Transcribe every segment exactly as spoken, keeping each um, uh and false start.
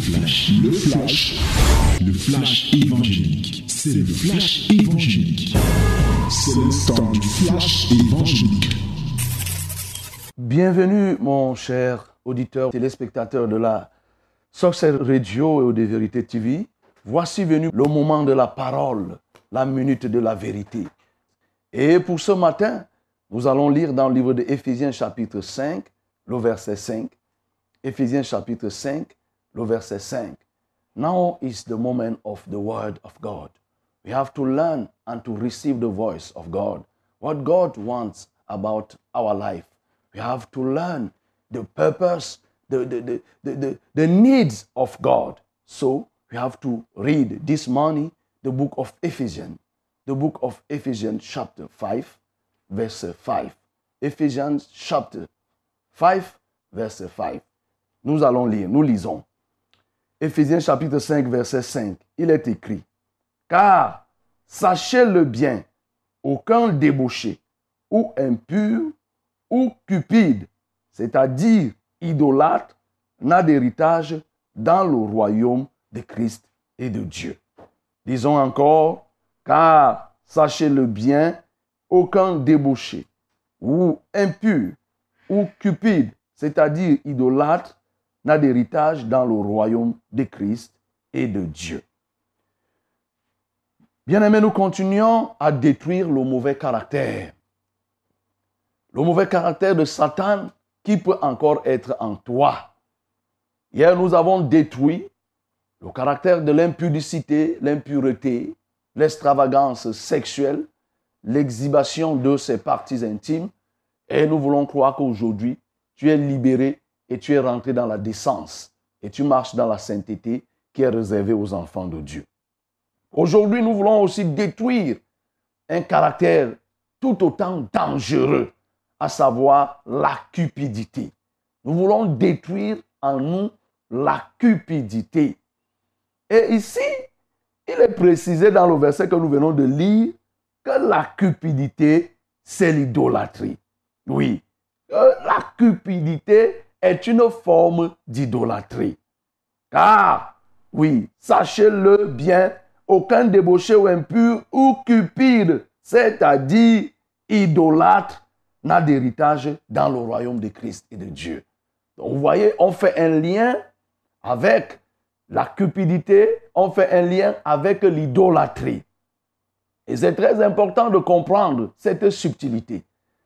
flash, le flash, le flash évangélique. C'est le flash évangélique. C'est le temps du flash évangélique. Bienvenue, mon cher auditeur, téléspectateur de la Success Radio et de Vérité T V. Voici venu le moment de la parole, la minute de la vérité. Et pour ce matin, nous allons lire dans le livre de Éphésiens chapitre cinq, le verset cinq. Éphésiens chapitre cinq, le verset cinq. Now is the moment of the word of God. We have to learn and to receive the voice of God. What God wants about our life. We have to learn the purpose, the, the, the, the, the, the needs of God. So we have to read this morning the book of Ephesians. The book of Ephesians chapter five, verse five. Ephesians chapter five, verse five. Nous allons lire, nous lisons. Éphésiens chapitre cinq, verset cinq. Il est écrit: car sachez-le bien, aucun débauché, ou impur, ou cupide, c'est-à-dire idolâtre, n'a d'héritage dans le royaume de Christ et de Dieu. Disons encore, car sachez-le bien, aucun débauché, ou impur, ou cupide, c'est-à-dire idolâtre, n'a d'héritage dans le royaume de Christ et de Dieu. Bien-aimés, nous continuons à détruire le mauvais caractère. Le mauvais caractère de Satan qui peut encore être en toi. Hier, nous avons détruit le caractère de l'impudicité, l'impureté, l'extravagance sexuelle, l'exhibition de ses parties intimes. Et nous voulons croire qu'aujourd'hui, tu es libéré et tu es rentré dans la décence. Et tu marches dans la sainteté qui est réservée aux enfants de Dieu. Aujourd'hui, nous voulons aussi détruire un caractère tout autant dangereux, à savoir la cupidité. Nous voulons détruire en nous la cupidité. Et ici, il est précisé dans le verset que nous venons de lire que la cupidité, c'est l'idolâtrie. Oui, la cupidité est une forme d'idolâtrie. Car, oui, sachez-le bien, aucun débauché ou impur ou cupide, c'est-à-dire idolâtre, n'a d'héritage dans le royaume de Christ et de Dieu. Donc, vous voyez, on fait un lien avec la cupidité, on fait un lien avec l'idolâtrie. Et c'est très important de comprendre cette subtilité.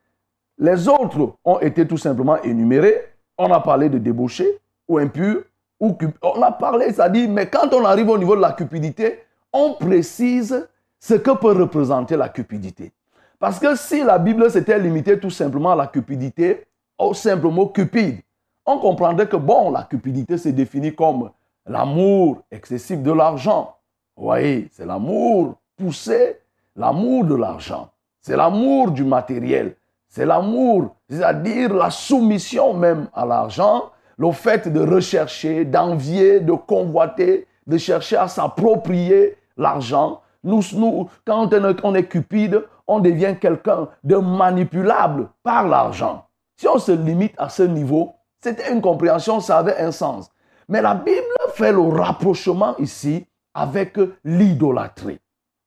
Les autres ont été tout simplement énumérés. On a parlé de débauché ou impur, ou cupide. On a parlé, ça dit, mais quand on arrive au niveau de la cupidité, on précise ce que peut représenter la cupidité. Parce que si la Bible s'était limitée tout simplement à la cupidité, au simple mot cupide, on comprendrait que bon, la cupidité se définit comme l'amour excessif de l'argent. Vous voyez, c'est l'amour poussé, l'amour de l'argent. C'est l'amour du matériel. C'est l'amour, c'est-à-dire la soumission même à l'argent, le fait de rechercher, d'envier, de convoiter, de chercher à s'approprier l'argent. Nous, nous, quand on est cupide, on devient quelqu'un de manipulable par l'argent. Si on se limite à ce niveau, c'était une compréhension, ça avait un sens. Mais la Bible fait le rapprochement ici avec l'idolâtrie.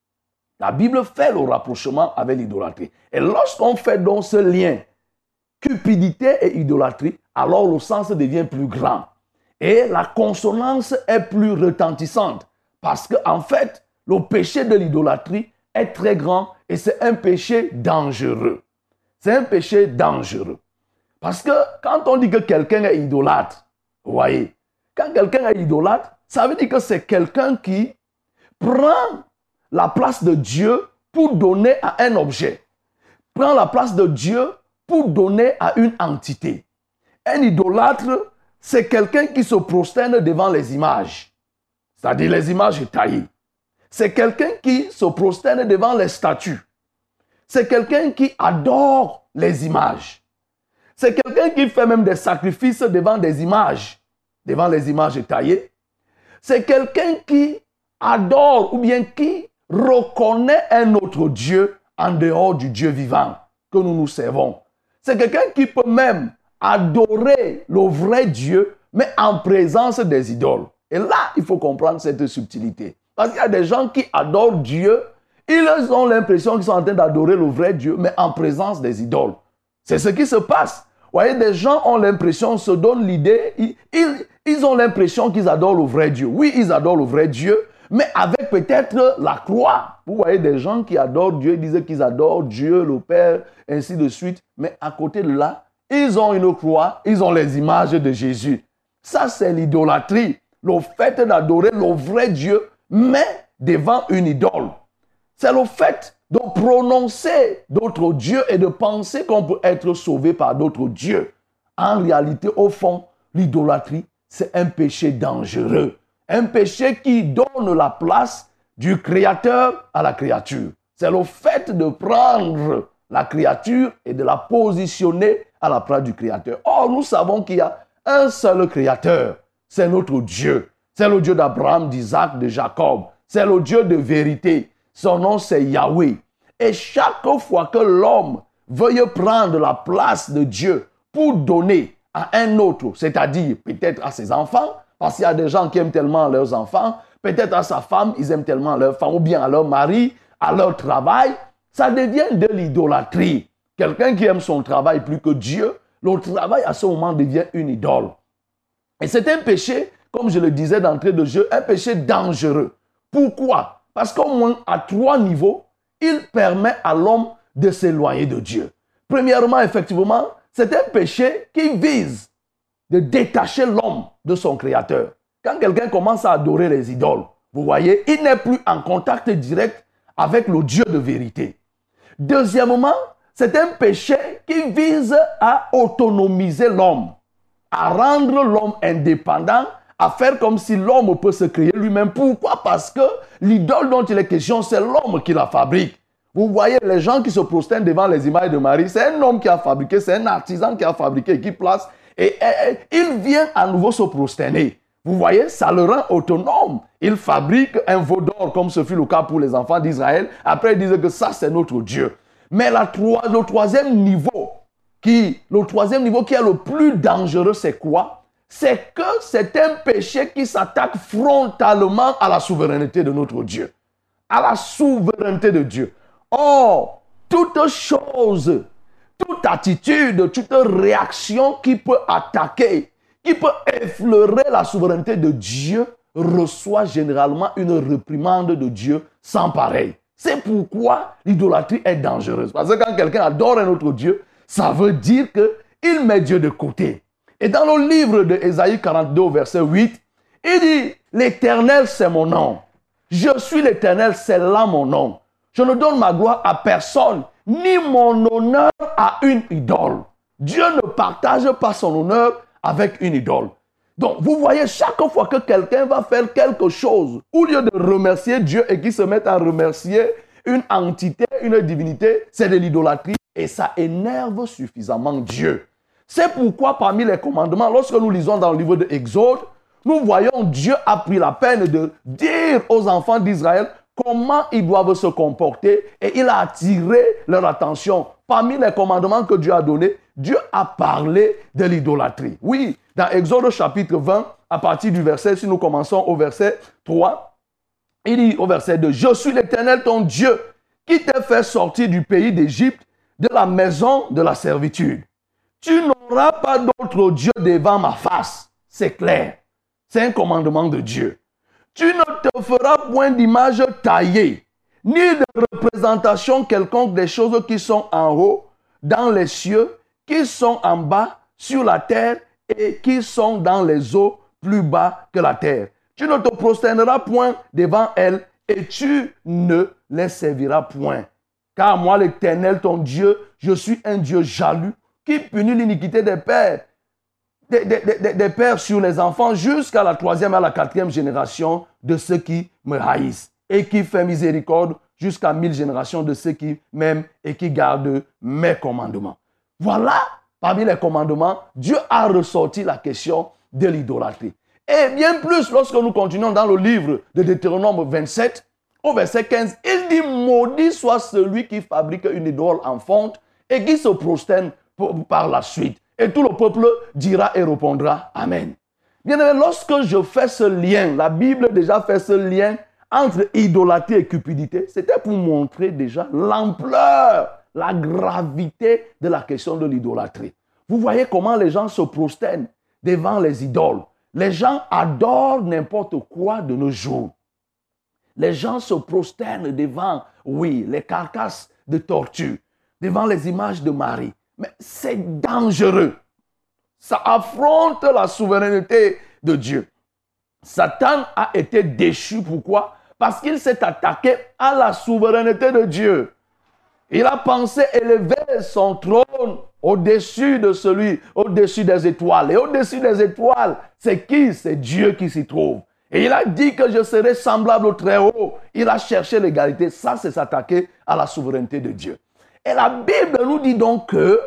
La Bible fait le rapprochement avec l'idolâtrie. Et lorsqu'on fait donc ce lien, cupidité et idolâtrie, alors le sens devient plus grand. Et la consonance est plus retentissante. Parce qu'en fait, le péché de l'idolâtrie est très grand et c'est un péché dangereux. C'est un péché dangereux. Parce que quand on dit que quelqu'un est idolâtre, vous voyez, quand quelqu'un est idolâtre, ça veut dire que c'est quelqu'un qui prend la place de Dieu pour donner à un objet. Prend la place de Dieu pour donner à une entité. Un idolâtre, c'est quelqu'un qui se prosterne devant les images. C'est-à-dire les images taillées. C'est quelqu'un qui se prosterne devant les statues. C'est quelqu'un qui adore les images. C'est quelqu'un qui fait même des sacrifices devant des images, devant les images taillées. C'est quelqu'un qui adore ou bien qui reconnaît un autre Dieu en dehors du Dieu vivant que nous nous servons. C'est quelqu'un qui peut même adorer le vrai Dieu, mais en présence des idoles. Et là, il faut comprendre cette subtilité. Parce qu'il y a des gens qui adorent Dieu, ils ont l'impression qu'ils sont en train d'adorer le vrai Dieu, mais en présence des idoles. C'est ce qui se passe. Vous voyez, des gens ont l'impression, se donnent l'idée, ils, ils, ils ont l'impression qu'ils adorent le vrai Dieu. Oui, ils adorent le vrai Dieu, mais avec peut-être la croix. Vous voyez des gens qui adorent Dieu, ils disent qu'ils adorent Dieu, le Père, ainsi de suite. Mais à côté de là, ils ont une croix, ils ont les images de Jésus. Ça, c'est l'idolâtrie. Le fait d'adorer le vrai Dieu, mais devant une idole. C'est le fait de prononcer d'autres dieux et de penser qu'on peut être sauvé par d'autres dieux. En réalité, au fond, l'idolâtrie, c'est un péché dangereux. Un péché qui donne la place du créateur à la créature. C'est le fait de prendre la créature et de la positionner à la place du créateur. Or, nous savons qu'il y a un seul créateur. C'est notre Dieu. C'est le Dieu d'Abraham, d'Isaac, de Jacob. C'est le Dieu de vérité. Son nom, c'est Yahweh. Et chaque fois que l'homme veuille prendre la place de Dieu pour donner à un autre, c'est-à-dire peut-être à ses enfants, parce qu'il y a des gens qui aiment tellement leurs enfants, peut-être à sa femme, ils aiment tellement leur femme, ou bien à leur mari, à leur travail, ça devient de l'idolâtrie. Quelqu'un qui aime son travail plus que Dieu, le travail à ce moment devient une idole. Et c'est un péché, comme je le disais d'entrée de jeu, un péché dangereux. Pourquoi? Parce qu'au moins à trois niveaux, il permet à l'homme de s'éloigner de Dieu. Premièrement, effectivement, c'est un péché qui vise de détacher l'homme de son créateur. Quand quelqu'un commence à adorer les idoles, vous voyez, il n'est plus en contact direct avec le Dieu de vérité. Deuxièmement, c'est un péché qui vise à autonomiser l'homme, à rendre l'homme indépendant, à faire comme si l'homme peut se créer lui-même. Pourquoi? Parce que l'idole dont il est question, c'est l'homme qui la fabrique. Vous voyez, les gens qui se prosternent devant les images de Marie, c'est un homme qui a fabriqué, c'est un artisan qui a fabriqué et qui place. Et, et, et il vient à nouveau se prosterner. Vous voyez, ça le rend autonome. Il fabrique un veau d'or, comme ce fut le cas pour les enfants d'Israël. Après, ils disent que ça, c'est notre Dieu. Mais la, le troisième niveau, qui, le troisième niveau qui est le plus dangereux, c'est quoi? C'est que c'est un péché qui s'attaque frontalement à la souveraineté de notre Dieu. À la souveraineté de Dieu. Or, toute chose, toute attitude, toute réaction qui peut attaquer, qui peut effleurer la souveraineté de Dieu, reçoit généralement une réprimande de Dieu sans pareil. C'est pourquoi l'idolâtrie est dangereuse. Parce que quand quelqu'un adore un autre Dieu, ça veut dire qu'il met Dieu de côté. Et dans le livre de Ésaïe quarante-deux, verset huit, il dit, l'Éternel, c'est mon nom. Je suis l'Éternel, c'est là mon nom. Je ne donne ma gloire à personne, ni mon honneur à une idole. Dieu ne partage pas son honneur avec une idole. Donc, vous voyez, chaque fois que quelqu'un va faire quelque chose, au lieu de remercier Dieu et qu'il se mette à remercier une entité, une divinité, c'est de l'idolâtrie et ça énerve suffisamment Dieu. C'est pourquoi parmi les commandements, lorsque nous lisons dans le livre de Exode, nous voyons Dieu a pris la peine de dire aux enfants d'Israël comment ils doivent se comporter et il a attiré leur attention. Parmi les commandements que Dieu a donnés, Dieu a parlé de l'idolâtrie. Oui, dans Exode chapitre vingt, à partir du verset, si nous commençons au verset trois, il dit au verset deux, « Je suis l'Éternel ton Dieu qui t'a fait sortir du pays d'Égypte, de la maison de la servitude. Tu n'auras pas d'autre Dieu devant ma face. » C'est clair. C'est un commandement de Dieu. « Tu ne te feras point d'image taillée, ni de représentation quelconque des choses qui sont en haut, dans les cieux, qui sont en bas, sur la terre, et qui sont dans les eaux plus bas que la terre. Tu ne te prosterneras point devant elles, et tu ne les serviras point. Car moi, l'Éternel, ton Dieu, je suis un Dieu jaloux, qui punit l'iniquité des pères, des, des, des, des pères sur les enfants jusqu'à la troisième et à la quatrième génération de ceux qui me haïssent et qui fait miséricorde jusqu'à mille générations de ceux qui m'aiment et qui gardent mes commandements. Voilà, parmi les commandements, Dieu a ressorti la question de l'idolâtrie. Et bien plus, lorsque nous continuons dans le livre de Deutéronome vingt-sept, au verset quinze, il dit « Maudit soit celui qui fabrique une idole en fonte et qui se prosterne par la suite. » Et tout le peuple dira et répondra « Amen ». Bien aimé, lorsque je fais ce lien, la Bible déjà fait ce lien entre idolâtrie et cupidité, c'était pour montrer déjà l'ampleur, la gravité de la question de l'idolâtrie. Vous voyez comment les gens se prosternent devant les idoles. Les gens adorent n'importe quoi de nos jours. Les gens se prosternent devant, oui, les carcasses de tortues, devant les images de Marie. Mais c'est dangereux. Ça affronte la souveraineté de Dieu. Satan a été déchu. Pourquoi? Parce qu'il s'est attaqué à la souveraineté de Dieu. Il a pensé élever son trône au-dessus de celui, au-dessus des étoiles. Et au-dessus des étoiles, c'est qui? C'est Dieu qui s'y trouve. Et il a dit que je serai semblable au Très-Haut. Il a cherché l'égalité. Ça, c'est s'attaquer à la souveraineté de Dieu. Et la Bible nous dit donc que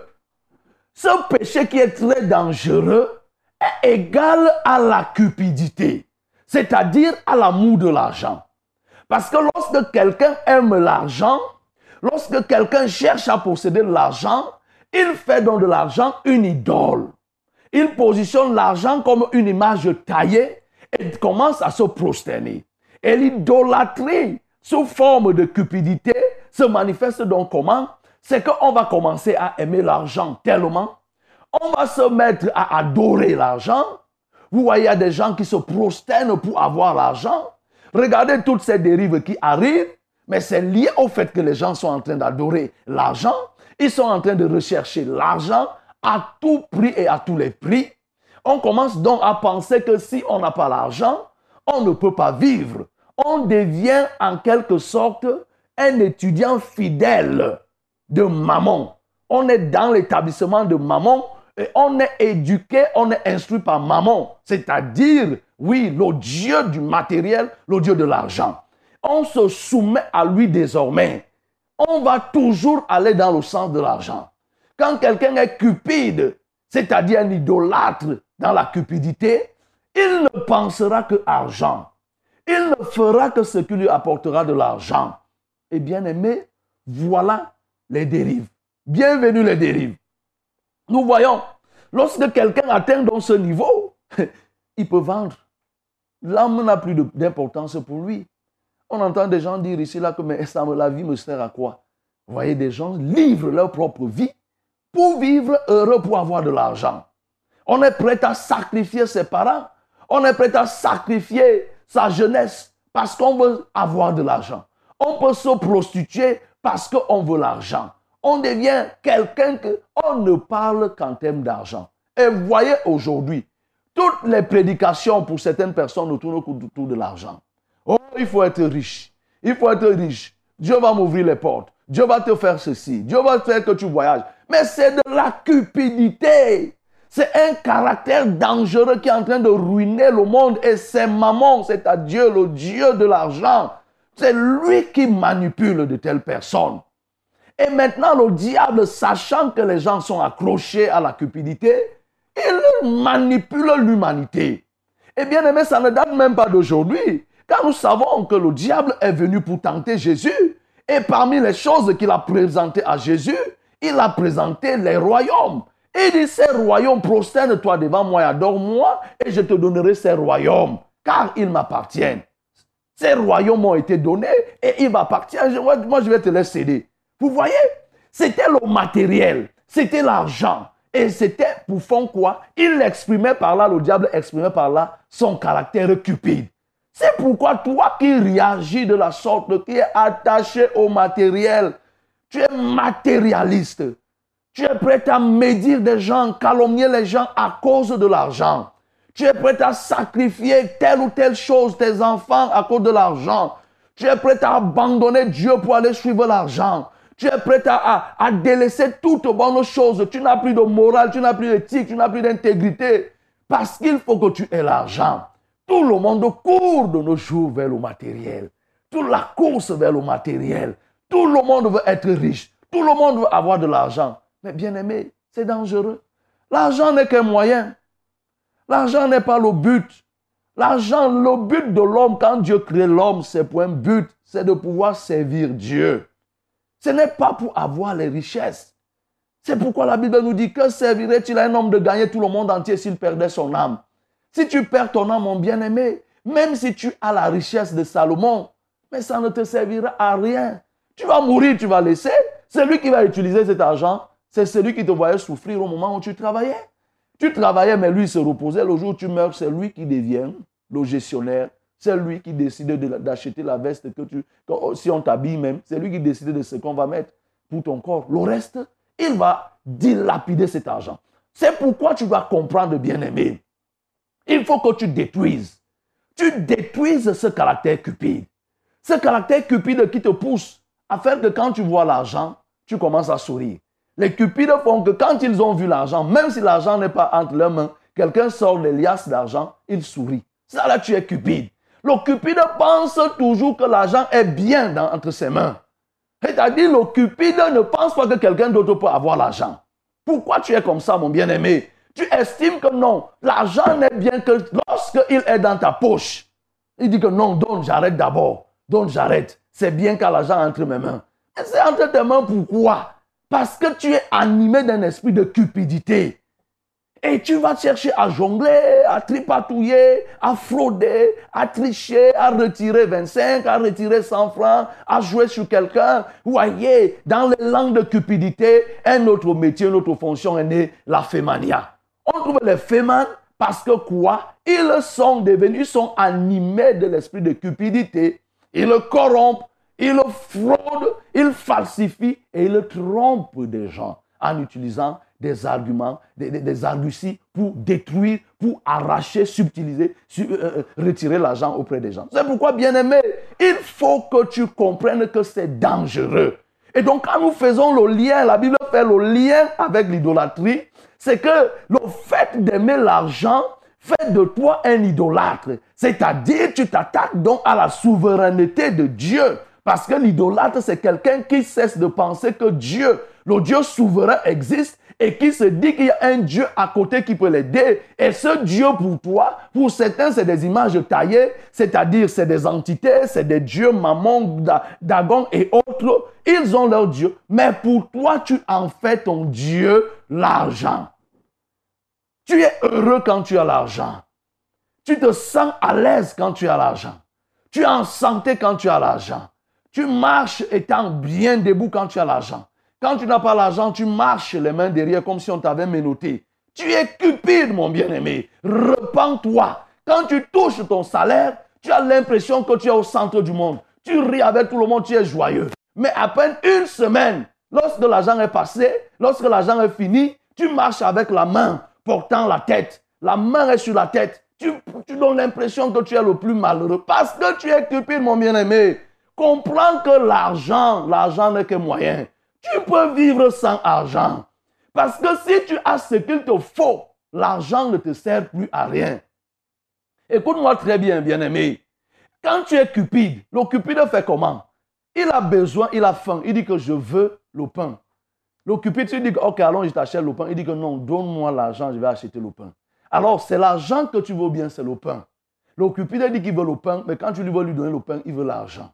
ce péché qui est très dangereux est égal à la cupidité, c'est-à-dire à l'amour de l'argent. Parce que lorsque quelqu'un aime l'argent, lorsque quelqu'un cherche à posséder de l'argent, il fait donc de l'argent une idole. Il positionne l'argent comme une image taillée et commence à se prosterner. Et l'idolâtrie, sous forme de cupidité, se manifeste donc comment? C'est qu'on va commencer à aimer l'argent tellement, on va se mettre à adorer l'argent. Vous voyez, il y a des gens qui se prosternent pour avoir l'argent. Regardez toutes ces dérives qui arrivent, mais c'est lié au fait que les gens sont en train d'adorer l'argent. Ils sont en train de rechercher l'argent à tout prix et à tous les prix. On commence donc à penser que si on n'a pas l'argent, on ne peut pas vivre. On devient en quelque sorte un étudiant fidèle de maman. On est dans l'établissement de maman et on est éduqué, on est instruit par maman. C'est-à-dire, oui, le Dieu du matériel, le Dieu de l'argent. On se soumet à lui désormais. On va toujours aller dans le sens de l'argent. Quand quelqu'un est cupide, c'est-à-dire un idolâtre dans la cupidité, il ne pensera que argent. Il ne fera que ce qui lui apportera de l'argent. Et bien aimé, voilà les dérives. Bienvenue les dérives. Nous voyons, lorsque quelqu'un atteint dans ce niveau, il peut vendre. L'âme n'a plus d'importance pour lui. On entend des gens dire ici là que mais ça, la vie me sert à quoi? Vous voyez, des gens livrent leur propre vie pour vivre heureux, pour avoir de l'argent. On est prêt à sacrifier ses parents. On est prêt à sacrifier sa jeunesse parce qu'on veut avoir de l'argent. On peut se prostituer parce qu'on veut l'argent. On devient quelqu'un qu'on ne parle qu'en termes d'argent. Et vous voyez aujourd'hui, toutes les prédications pour certaines personnes ne tournent autour de l'argent. Oh, il faut être riche. Il faut être riche. Dieu va m'ouvrir les portes. Dieu va te faire ceci. Dieu va te faire que tu voyages. Mais c'est de la cupidité. C'est un caractère dangereux qui est en train de ruiner le monde. Et c'est maman, c'est à Dieu, le Dieu de l'argent. C'est lui qui manipule de telles personnes. Et maintenant, le diable, sachant que les gens sont accrochés à la cupidité, il manipule l'humanité. Et bien aimé, ça ne date même pas d'aujourd'hui. Car nous savons que le diable est venu pour tenter Jésus. Et parmi les choses qu'il a présentées à Jésus, il a présenté les royaumes. Et il dit, ces royaumes, prosterne-toi devant moi et adore-moi, et je te donnerai ces royaumes, car ils m'appartiennent. Ces royaumes m'ont été donnés, et ils m'appartiennent. Moi, je vais te les céder. Vous voyez, c'était le matériel, c'était l'argent. Et c'était pour fond quoi? Il exprimait par là, le diable exprimait par là son caractère cupide. C'est pourquoi toi qui réagis de la sorte, qui est attaché au matériel, tu es matérialiste. Tu es prêt à médire des gens, calomnier les gens à cause de l'argent. Tu es prêt à sacrifier telle ou telle chose, tes enfants à cause de l'argent. Tu es prêt à abandonner Dieu pour aller suivre l'argent. Tu es prêt à, à, à délaisser toutes bonnes choses. Tu n'as plus de morale, tu n'as plus d'éthique, tu n'as plus d'intégrité. Parce qu'il faut que tu aies l'argent. Tout le monde court de nos jours vers le matériel. Toute la course vers le matériel. Tout le monde veut être riche. Tout le monde veut avoir de l'argent. Mais bien aimé, c'est dangereux. L'argent n'est qu'un moyen. L'argent n'est pas le but. L'argent, le but de l'homme, quand Dieu crée l'homme, c'est pour un but, c'est de pouvoir servir Dieu. Ce n'est pas pour avoir les richesses. C'est pourquoi la Bible nous dit que servirait-il à un homme de gagner tout le monde entier s'il perdait son âme? Si tu perds ton âme, mon bien-aimé, même si tu as la richesse de Salomon, mais ça ne te servira à rien. Tu vas mourir, tu vas laisser. Celui qui va utiliser cet argent, c'est celui qui te voyait souffrir au moment où tu travaillais. Tu travaillais, mais lui se reposait. Le jour où tu meurs, c'est lui qui devient le gestionnaire. C'est lui qui décide d'acheter la veste que tu... Si on t'habille même, c'est lui qui décide de ce qu'on va mettre pour ton corps. Le reste, il va dilapider cet argent. C'est pourquoi tu dois comprendre, bien-aimé. Il faut que tu détruises. Tu détruises ce caractère cupide. Ce caractère cupide qui te pousse à faire que quand tu vois l'argent, tu commences à sourire. Les cupides font que quand ils ont vu l'argent, même si l'argent n'est pas entre leurs mains, quelqu'un sort des liasses d'argent, il sourit. Ça là, tu es cupide. Le cupide pense toujours que l'argent est bien dans, entre ses mains. C'est-à-dire, le cupide ne pense pas que quelqu'un d'autre peut avoir l'argent. Pourquoi tu es comme ça, mon bien-aimé? Tu estimes que non, l'argent n'est bien que lorsqu'il est dans ta poche. Il dit que non, donne, j'arrête d'abord. Donne, j'arrête. C'est bien quand l'argent entre mes mains. Mais c'est entre tes mains, pourquoi? Parce que tu es animé d'un esprit de cupidité. Et tu vas chercher à jongler, à tripatouiller, à frauder, à tricher, à retirer vingt-cinq, à retirer cent francs, à jouer sur quelqu'un. Voyez, dans les langues de cupidité, un autre métier, une autre fonction est né, la fémania. On trouve les fémans parce que quoi? Ils sont devenus, ils sont animés de l'esprit de cupidité. Ils le corrompent, ils le fraudent, ils falsifient et ils trompent des gens en utilisant des arguments, des, des, des arguties pour détruire, pour arracher, subtiliser, su, euh, retirer l'argent auprès des gens. C'est pourquoi, bien-aimé, il faut que tu comprennes que c'est dangereux. Et donc, quand nous faisons le lien, la Bible fait le lien avec l'idolâtrie, c'est que le fait d'aimer l'argent fait de toi un idolâtre. C'est-à-dire, tu t'attaques donc à la souveraineté de Dieu. Parce que l'idolâtre, c'est quelqu'un qui cesse de penser que Dieu, le Dieu souverain existe et qui se dit qu'il y a un Dieu à côté qui peut l'aider. Et ce Dieu pour toi, pour certains, c'est des images taillées, c'est-à-dire c'est des entités, c'est des dieux, Mammon, Dagon et autres. Ils ont leur Dieu, mais pour toi, tu en fais ton Dieu l'argent. Tu es heureux quand tu as l'argent. Tu te sens à l'aise quand tu as l'argent. Tu es en santé quand tu as l'argent. Tu marches étant bien debout quand tu as l'argent. Quand tu n'as pas l'argent, tu marches les mains derrière comme si on t'avait menotté. Tu es cupide, mon bien-aimé. Repens-toi. Quand tu touches ton salaire, tu as l'impression que tu es au centre du monde. Tu ris avec tout le monde, tu es joyeux. Mais à peine une semaine, lorsque l'argent est passé, lorsque l'argent est fini, tu marches avec la main portant la tête. La main est sur la tête. Tu, tu donnes l'impression que tu es le plus malheureux parce que tu es cupide, mon bien-aimé. Comprends que l'argent, l'argent n'est que moyen. Tu peux vivre sans argent. Parce que si tu as ce qu'il te faut, l'argent ne te sert plus à rien. Écoute-moi très bien, bien-aimé. Quand tu es cupide, le cupide fait comment? Il a besoin, il a faim. Il dit que je veux le pain. Le cupide, tu dis que, ok, allons, je t'achète le pain. Il dit que non, donne-moi l'argent, je vais acheter le pain. Alors, c'est l'argent que tu veux bien, c'est le pain. Le cupide dit qu'il veut le pain, mais quand tu lui veux lui donner le pain, il veut l'argent.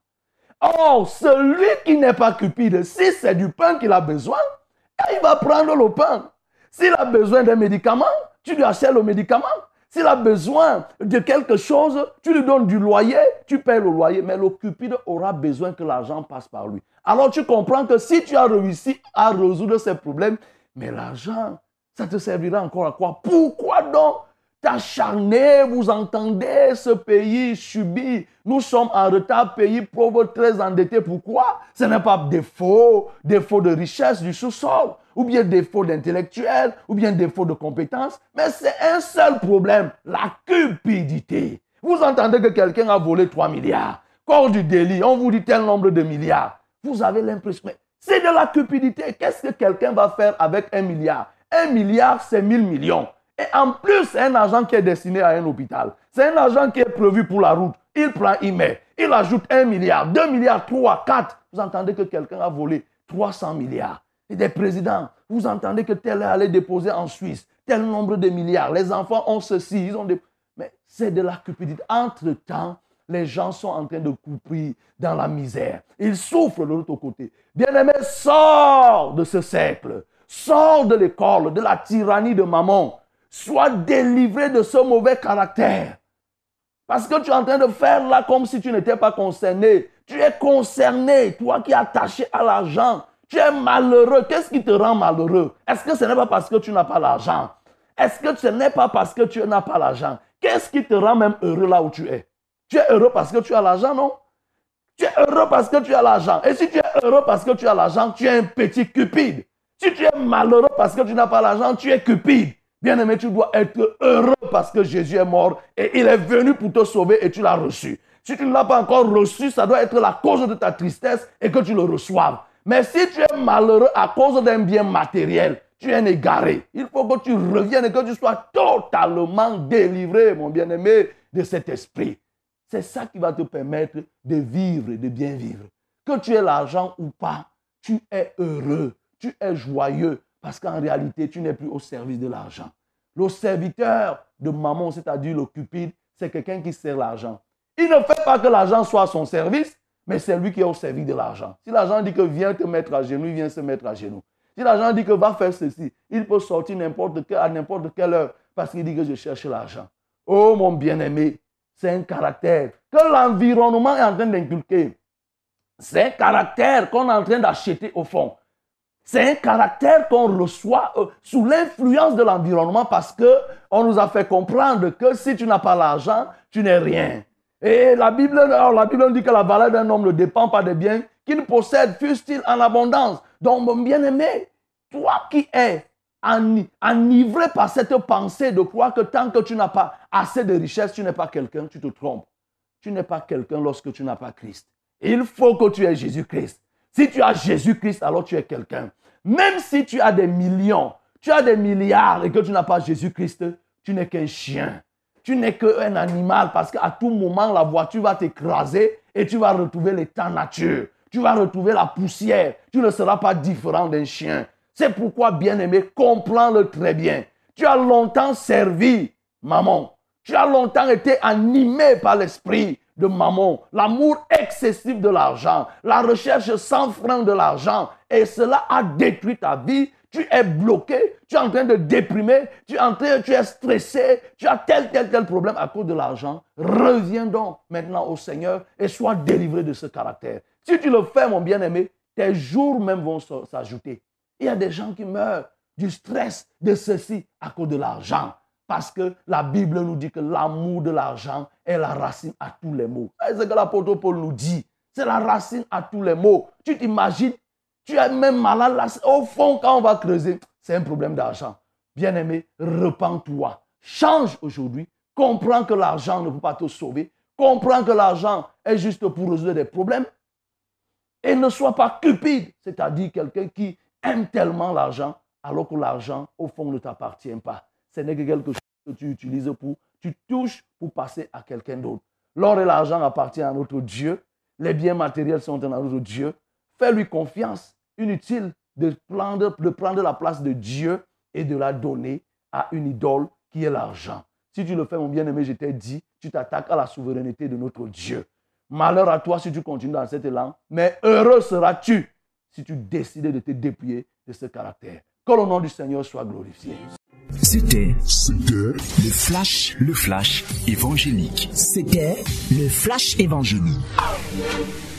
Or, celui qui n'est pas cupide, si c'est du pain qu'il a besoin, il va prendre le pain. S'il a besoin d'un médicament, tu lui achètes le médicament. S'il a besoin de quelque chose, tu lui donnes du loyer, tu payes le loyer. Mais le cupide aura besoin que l'argent passe par lui. Alors tu comprends que si tu as réussi à résoudre ces problèmes, mais l'argent, ça te servira encore à quoi? Pourquoi donc t'acharner? Vous entendez, ce pays subit. Nous sommes en retard, pays pauvre, très endetté. Pourquoi? Ce n'est pas défaut, défaut de richesse du sous-sol, ou bien défaut d'intellectuel, ou bien défaut de compétences, mais c'est un seul problème, la cupidité. Vous entendez que quelqu'un a volé trois milliards, corps du délit, on vous dit tel nombre de milliards. Vous avez l'impression, mais c'est de la cupidité. Qu'est-ce que quelqu'un va faire avec un milliard? Un milliard, c'est mille millions. Et en plus, c'est un argent qui est destiné à un hôpital. C'est un argent qui est prévu pour la route. Il prend, il met. Il ajoute un milliard, deux milliards, trois, quatre. Vous entendez que quelqu'un a volé trois cents milliards. Et des présidents, vous entendez que tel est allé déposer en Suisse tel nombre de milliards. Les enfants ont ceci, ils ont des... Mais c'est de la cupidité. Entre-temps, les gens sont en train de couper dans la misère. Ils souffrent de l'autre côté. Bien-aimé, sors de ce cercle. Sors de l'école, de la tyrannie de maman. Sois délivré de ce mauvais caractère. Parce que tu es en train de faire là comme si tu n'étais pas concerné. Tu es concerné, toi qui es attaché à l'argent. Tu es malheureux. Qu'est-ce qui te rend malheureux? Est-ce que ce n'est pas parce que tu n'as pas l'argent? Est-ce que ce n'est pas parce que tu n'as pas l'argent? Qu'est-ce qui te rend même heureux là où tu es? Tu es heureux parce que tu as l'argent, non? Tu es heureux parce que tu as l'argent. Et si tu es heureux parce que tu as l'argent, tu es un petit cupide. Si tu es malheureux parce que tu n'as pas l'argent, tu es cupide. Bien-aimé, tu dois être heureux parce que Jésus est mort et il est venu pour te sauver et tu l'as reçu. Si tu ne l'as pas encore reçu, ça doit être la cause de ta tristesse et que tu le reçoives. Mais si tu es malheureux à cause d'un bien matériel, tu es un égaré. Il faut que tu reviennes et que tu sois totalement délivré, mon bien-aimé, de cet esprit. C'est ça qui va te permettre de vivre et de bien vivre. Que tu aies l'argent ou pas, tu es heureux, tu es joyeux. Parce qu'en réalité, tu n'es plus au service de l'argent. Le serviteur de maman, c'est-à-dire le cupide, c'est quelqu'un qui sert l'argent. Il ne fait pas que l'argent soit à son service, mais c'est lui qui est au service de l'argent. Si l'argent dit que viens te mettre à genoux, il vient se mettre à genoux. Si l'argent dit que va faire ceci, il peut sortir n'importe quel, à n'importe quelle heure parce qu'il dit que je cherche l'argent. Oh mon bien-aimé, c'est un caractère que l'environnement est en train d'inculquer. C'est un caractère qu'on est en train d'acheter au fond. C'est un caractère qu'on reçoit euh, sous l'influence de l'environnement parce qu'on nous a fait comprendre que si tu n'as pas l'argent, tu n'es rien. Et la Bible, alors la Bible dit que la valeur d'un homme ne dépend pas des biens qu'il possède, fût-il en abondance. Donc, mon bien-aimé, toi qui es enivré par cette pensée de croire que tant que tu n'as pas assez de richesse, tu n'es pas quelqu'un, tu te trompes. Tu n'es pas quelqu'un lorsque tu n'as pas Christ. Il faut que tu aies Jésus-Christ. Si tu as Jésus-Christ, alors tu es quelqu'un. Même si tu as des millions, tu as des milliards et que tu n'as pas Jésus-Christ, tu n'es qu'un chien. Tu n'es qu'un animal parce qu'à tout moment, la voiture va t'écraser et tu vas retrouver l'état nature. Tu vas retrouver la poussière. Tu ne seras pas différent d'un chien. C'est pourquoi, bien-aimé, comprends-le très bien. Tu as longtemps servi maman. Tu as longtemps été animé par l'esprit de maman, l'amour excessif de l'argent, la recherche sans frein de l'argent, et cela a détruit ta vie. Tu es bloqué, tu es en train de déprimer, tu es, en train, tu es stressé, tu as tel, tel, tel problème à cause de l'argent. Reviens donc maintenant au Seigneur et sois délivré de ce caractère. Si tu le fais, mon bien-aimé, tes jours même vont s'ajouter. Il y a des gens qui meurent du stress de ceci à cause de l'argent. Parce que la Bible nous dit que l'amour de l'argent est la racine à tous les maux. C'est ce que l'apôtre Paul nous dit. C'est la racine à tous les maux. Tu t'imagines, tu es même malade là. Au fond, quand on va creuser, c'est un problème d'argent. Bien-aimé, repens-toi. Change aujourd'hui. Comprends que l'argent ne peut pas te sauver. Comprends que l'argent est juste pour résoudre des problèmes. Et ne sois pas cupide, c'est-à-dire quelqu'un qui aime tellement l'argent, alors que l'argent, au fond, ne t'appartient pas. Ce n'est que quelque chose que tu utilises pour, tu touches pour passer à quelqu'un d'autre. L'or et l'argent appartiennent à notre Dieu. Les biens matériels sont à notre Dieu. Fais-lui confiance. Inutile de prendre, de prendre la place de Dieu et de la donner à une idole qui est l'argent. Si tu le fais, mon bien-aimé, je t'ai dit, tu t'attaques à la souveraineté de notre Dieu. Malheur à toi si tu continues dans cet élan, mais heureux seras-tu si tu décides de te dépouiller de ce caractère. Que le nom du Seigneur soit glorifié. C'était, C'était le flash, le flash évangélique. C'était le flash évangélique.